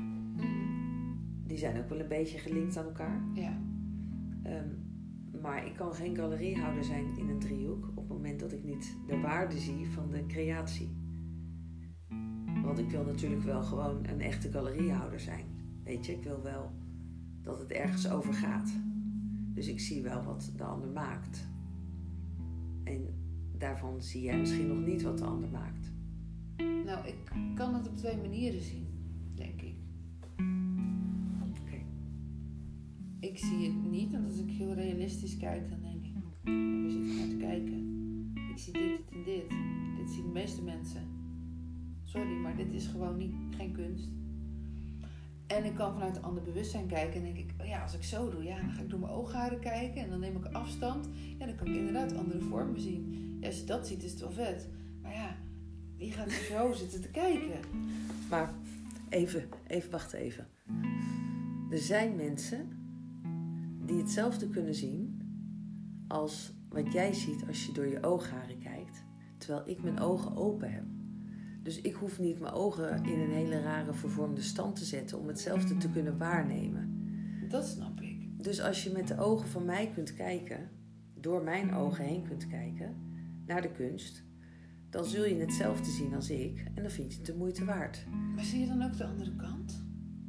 Die zijn ook wel een beetje gelinkt aan elkaar. Ja. Maar ik kan geen galeriehouder zijn in een driehoek op het moment dat ik niet de waarde zie van de creatie. Want ik wil natuurlijk wel gewoon een echte galeriehouder zijn. Weet je, ik wil wel dat het ergens over gaat. Dus ik zie wel wat de ander maakt. En daarvan zie jij misschien nog niet wat de ander maakt. Nou, ik kan het op 2 manieren zien, denk ik. Okay. Ik zie het niet, want als ik heel realistisch kijk, dan denk ik... We zitten naar te kijken. Ik zie dit en dit. Dit zien de meeste mensen. Sorry, maar dit is gewoon geen kunst. En ik kan vanuit een ander bewustzijn kijken en denk ik... Oh ja, als ik zo doe, ja, dan ga ik door mijn oogharen kijken en dan neem ik afstand. Ja, dan kan ik inderdaad andere vormen zien. Ja, als je dat ziet, is het wel vet. Maar ja, wie gaat er zo zitten te kijken? Maar wacht even. Er zijn mensen die hetzelfde kunnen zien als wat jij ziet als je door je oogharen kijkt. Terwijl ik mijn ogen open heb. Dus ik hoef niet mijn ogen in een hele rare vervormde stand te zetten om hetzelfde te kunnen waarnemen. Dat snap ik. Dus als je met de ogen van mij kunt kijken, door mijn ogen heen kunt kijken, naar de kunst, dan zul je hetzelfde zien als ik en dan vind je het de moeite waard. Maar zie je dan ook de andere kant?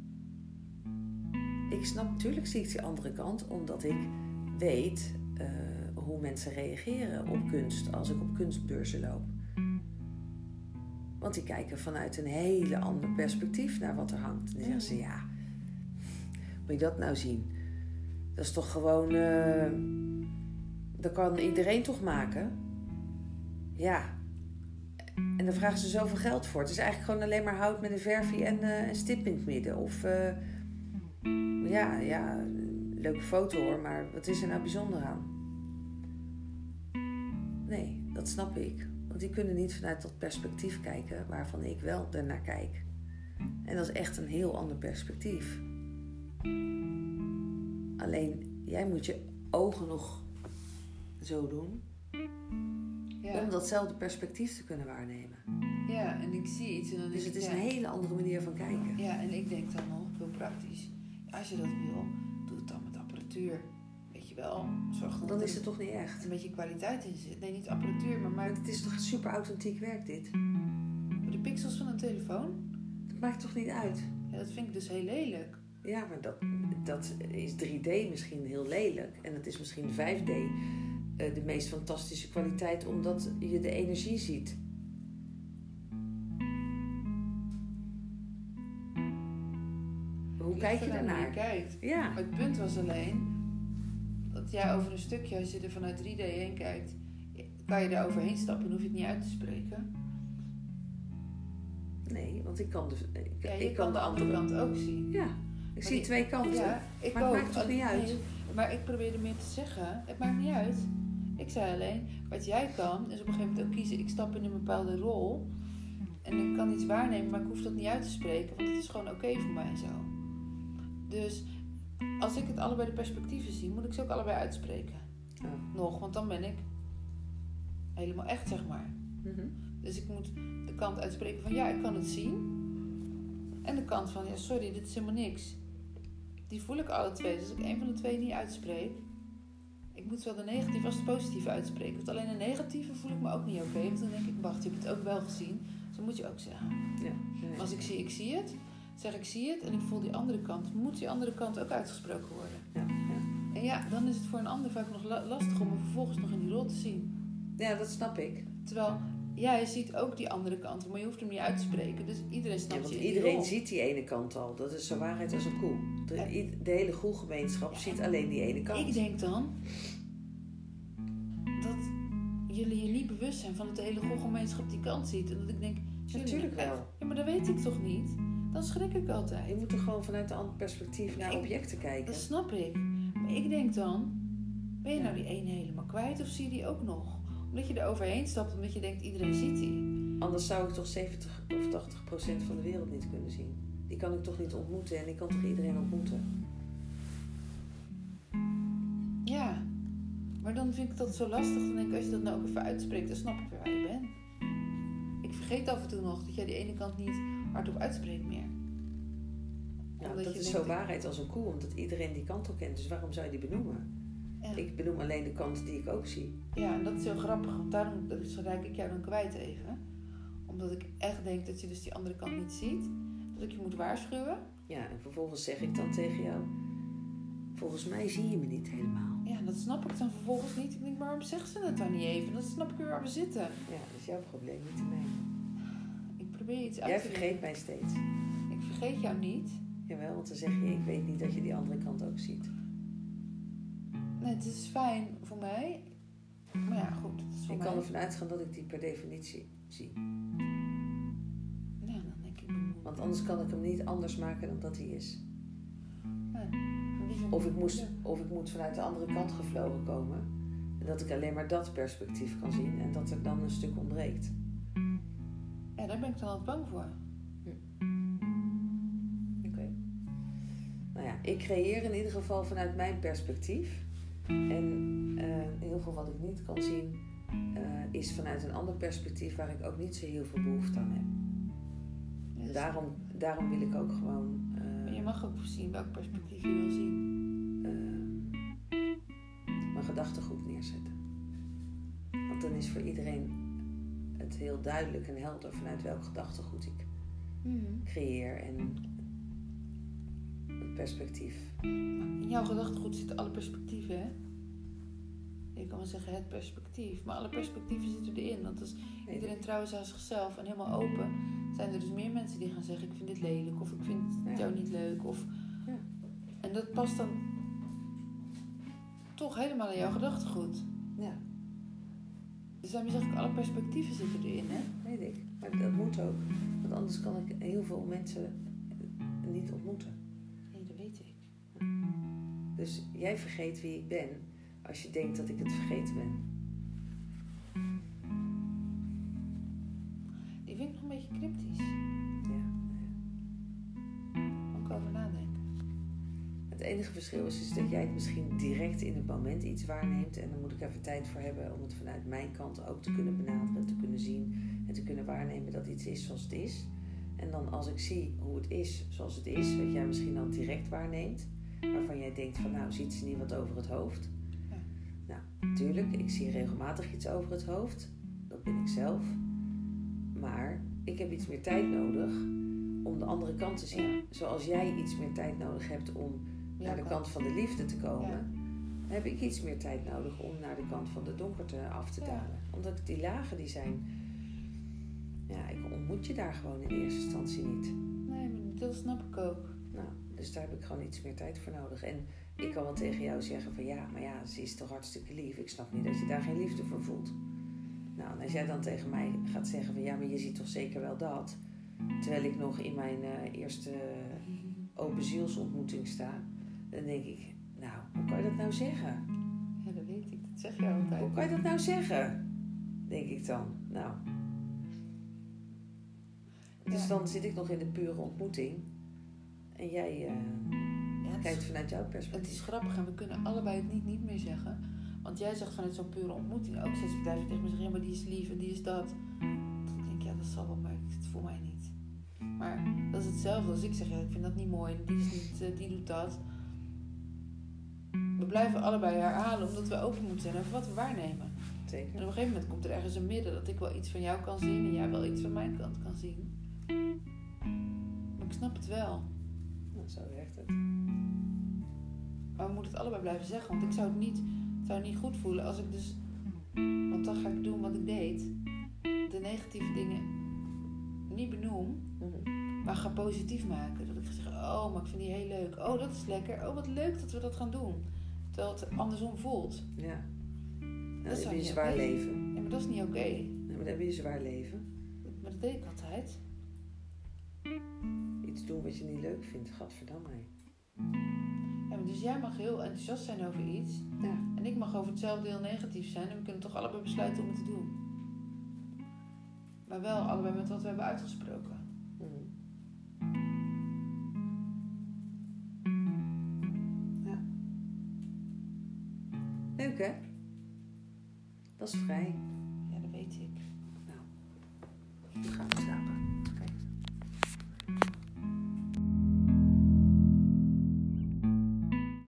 Ik snap, natuurlijk zie ik die andere kant, omdat ik weet hoe mensen reageren op kunst als ik op kunstbeurzen loop. Want die kijken vanuit een hele ander perspectief naar wat er hangt. En dan zeggen ze, ja, moet je dat nou zien? Dat is toch gewoon, dat kan iedereen toch maken? Ja. En dan vragen ze zoveel geld voor. Het is eigenlijk gewoon alleen maar hout met een verfje en een stip in het midden. Of, ja, leuke foto hoor, maar wat is er nou bijzonder aan? Nee, dat snap ik. Want die kunnen niet vanuit dat perspectief kijken waarvan ik wel ernaar kijk. En dat is echt een heel ander perspectief. Alleen, jij moet je ogen nog zo doen. Ja. Om datzelfde perspectief te kunnen waarnemen. Ja, en ik zie iets. En dan dus het is een hele andere manier van kijken. Ja, en ik denk dan nog, heel praktisch. Als je dat wil, doe het dan met apparatuur. Weet je wel. Zorg dan is het toch niet echt. Een beetje kwaliteit in zit. Nee, niet apparatuur, maar het is toch super authentiek werk dit? De pixels van een telefoon? Dat maakt toch niet uit? Ja, dat vind ik dus heel lelijk. Ja, maar dat is 3D misschien heel lelijk. En dat is misschien 5D de meest fantastische kwaliteit omdat je de energie ziet. Hoe kijk je daarnaar? Je kijkt. Ja. Maar het punt was alleen dat jij over een stukje, als je er vanuit 3D heen kijkt, kan je er overheen stappen en hoef je het niet uit te spreken. Nee, want ik kan je kan de andere kant ook zien. Ja, ik zie twee kanten. Ja, maar het maakt toch niet uit? Nee, maar ik probeerde meer te zeggen, het maakt niet uit. Ik zei alleen, wat jij kan, is op een gegeven moment ook kiezen, ik stap in een bepaalde rol en ik kan iets waarnemen, maar ik hoef dat niet uit te spreken, want het is gewoon oké voor mij zo. Dus als ik het allebei de perspectieven zie, moet ik ze ook allebei uitspreken. Nog, want dan ben ik helemaal echt, zeg maar. Mm-hmm. Dus ik moet de kant uitspreken van ja, ik kan het zien. En de kant van ja, sorry, dit is helemaal niks. Die voel ik alle twee. Dus als ik een van de twee niet uitspreek, ik moet zowel de negatieve als de positieve uitspreken. Want alleen de negatieve voel ik me ook niet oké. Want dan denk ik, wacht, je hebt het ook wel gezien. Dus dat moet je ook zeggen. Ja, nee. Als ik zie het, zeg ik zie het en ik voel die andere kant. Moet die andere kant ook uitgesproken worden. Ja. En ja, dan is het voor een ander vaak nog lastig om me vervolgens nog in die rol te zien. Ja, dat snap ik. Terwijl jij ziet ook die andere kant, maar je hoeft hem niet uit te spreken. Dus iedereen snapt want je in die iedereen rol. ziet die ene kant al. Dat is zo waarheid als een koe. De hele groegemeenschap ziet alleen die ene kant. Ik denk dan dat jullie je niet bewust zijn van dat de hele groegemeenschap die kant ziet. En dat ik denk, natuurlijk wel. Ja, maar dat weet ik toch niet? Dan schrik ik altijd. Je moet er gewoon vanuit een ander perspectief naar objecten kijken. Dat snap ik. Maar ik denk dan, ben je nou die ene helemaal kwijt of zie je die ook nog? Omdat je er overheen stapt, omdat je denkt, iedereen ziet die. Anders zou ik toch 70 of 80% van de wereld niet kunnen zien. Die kan ik toch niet ontmoeten en ik kan toch iedereen ontmoeten? Ja, maar dan vind ik dat zo lastig. Dan denk ik, als je dat nou ook even uitspreekt, dan snap ik weer waar je bent. Ik vergeet af en toe nog dat jij die ene kant niet hardop uitspreekt meer. Nou, dat is zo waarheid als een koe, omdat iedereen die kant ook kent. Dus waarom zou je die benoemen? Ja. Ik benoem alleen de kant die ik ook zie. Ja, en dat is heel grappig, want daarom raak ik jou dan kwijt even. Omdat ik echt denk dat je dus die andere kant niet ziet. Dat ik je moet waarschuwen. Ja, en vervolgens zeg ik dan tegen jou, volgens mij zie je me niet helemaal. Ja, dat snap ik dan vervolgens niet. Ik denk, maar waarom zegt ze het dan niet even? Dan snap ik weer waar we zitten. Ja, dat is jouw probleem, niet de mijne. Ik probeer iets uit te Jij vergeet mij steeds. Ik vergeet jou niet. Jawel, want dan zeg je, ik weet niet dat je die andere kant ook ziet. Nee, het is fijn voor mij. Maar ja, goed. Het is voor ik mij. kan ervan uitgaan dat ik die per definitie zie. Ja, dan denk ik. Want anders kan ik hem niet anders maken dan dat hij is. Ja, of ik moet vanuit de andere kant gevlogen komen. En dat ik alleen maar dat perspectief kan zien. En dat er dan een stuk ontbreekt. Ja, daar ben ik dan altijd bang voor. Oké. Nou ja, ik creëer in ieder geval vanuit mijn perspectief. En heel veel wat ik niet kan zien is vanuit een ander perspectief waar ik ook niet zo heel veel behoefte aan heb. Dus daarom wil ik ook gewoon... maar je mag ook zien welk perspectief je wil zien. Mijn gedachtegoed neerzetten. Want dan is voor iedereen het heel duidelijk en helder vanuit welk gedachtegoed ik creëer en het perspectief. In jouw gedachtegoed zitten alle perspectieven, hè? Je kan wel zeggen het perspectief, maar alle perspectieven zitten erin. Want als iedereen trouw is aan zichzelf en helemaal open, zijn er dus meer mensen die gaan zeggen, ik vind dit lelijk of ik vind jou niet leuk. Ja. En dat past dan toch helemaal in jouw gedachtegoed. Ja. Dus daarmee zeg ik, alle perspectieven zitten erin, hè? Weet ik, maar dat moet ook. Want anders kan ik heel veel mensen niet ontmoeten. Nee, dat weet ik. Dus jij vergeet wie ik ben als je denkt dat ik het vergeten ben. Die vind ik nog een beetje cryptisch. Ja. Moet ik over nadenken. Het enige verschil is dat jij het misschien direct in het moment iets waarneemt. En dan moet ik even tijd voor hebben om het vanuit mijn kant ook te kunnen benaderen, te kunnen zien en te kunnen waarnemen dat iets is zoals het is. En dan als ik zie hoe het is zoals het is, wat jij misschien dan direct waarneemt, waarvan jij denkt van nou ziet ze niet wat over het hoofd. Ja. Nou, natuurlijk, ik zie regelmatig iets over het hoofd. Dat ben ik zelf. Maar ik heb iets meer tijd nodig om de andere kant te zien. Ja. Zoals jij iets meer tijd nodig hebt om naar de kant van de liefde te komen, heb ik iets meer tijd nodig om naar de kant van de donkerte af te dalen. Omdat die lagen die zijn... Ja, ik ontmoet je daar gewoon in eerste instantie niet. Nee, maar dat snap ik ook. Nou, dus daar heb ik gewoon iets meer tijd voor nodig. En ik kan wel tegen jou zeggen van maar ja, ze is toch hartstikke lief. Ik snap niet dat je daar geen liefde voor voelt. Nou, en als jij dan tegen mij gaat zeggen van maar je ziet toch zeker wel dat. Terwijl ik nog in mijn eerste open zielsontmoeting sta. Dan denk ik, nou, hoe kan je dat nou zeggen? Ja, dat weet ik. Dat zeg je altijd. Hoe kan je dat nou zeggen? Denk ik dan. Nou. Dus dan zit ik nog in de pure ontmoeting. En jij kijkt vanuit jouw perspectief. Het is grappig en we kunnen allebei het niet meer zeggen. Want jij zegt vanuit zo'n pure ontmoeting ook steeds blijven tegen me zeggen, ja, maar die is lief en die is dat. Dan denk ik, ja, dat zal wel, maar het voor mij niet. Maar dat is hetzelfde als ik zeg, ja, ik vind dat niet mooi en die is niet, die doet dat. We blijven allebei herhalen omdat we open moeten zijn over wat we waarnemen. Zeker. En op een gegeven moment komt er ergens een midden dat ik wel iets van jou kan zien en jij wel iets van mijn kant kan zien. Maar ik snap het wel. Nou, zo werkt het. Maar we moeten het allebei blijven zeggen, want ik zou het niet goed voelen als ik dus... Want dan ga ik doen wat ik deed. De negatieve dingen niet benoem, maar ga positief maken. Dat ik ga zeggen, oh, maar ik vind die heel leuk. Oh, dat is lekker. Oh, wat leuk dat we dat gaan doen. Terwijl het andersom voelt. Ja. Nou, Dat dan heb je een niet zwaar oké. leven. Ja, maar dat is niet oké. Nee, maar dan heb je een zwaar leven. Maar dat deed ik altijd. Iets doen wat je niet leuk vindt, gadverdamme. Ja, maar dus jij mag heel enthousiast zijn over iets. Ja. En ik mag over hetzelfde heel negatief zijn. En we kunnen toch allebei besluiten om het te doen. Maar wel allebei met wat we hebben uitgesproken. Ja. Leuk, hè? Dat is vrij. Ja, dat weet ik. Nou, nu gaan we slapen.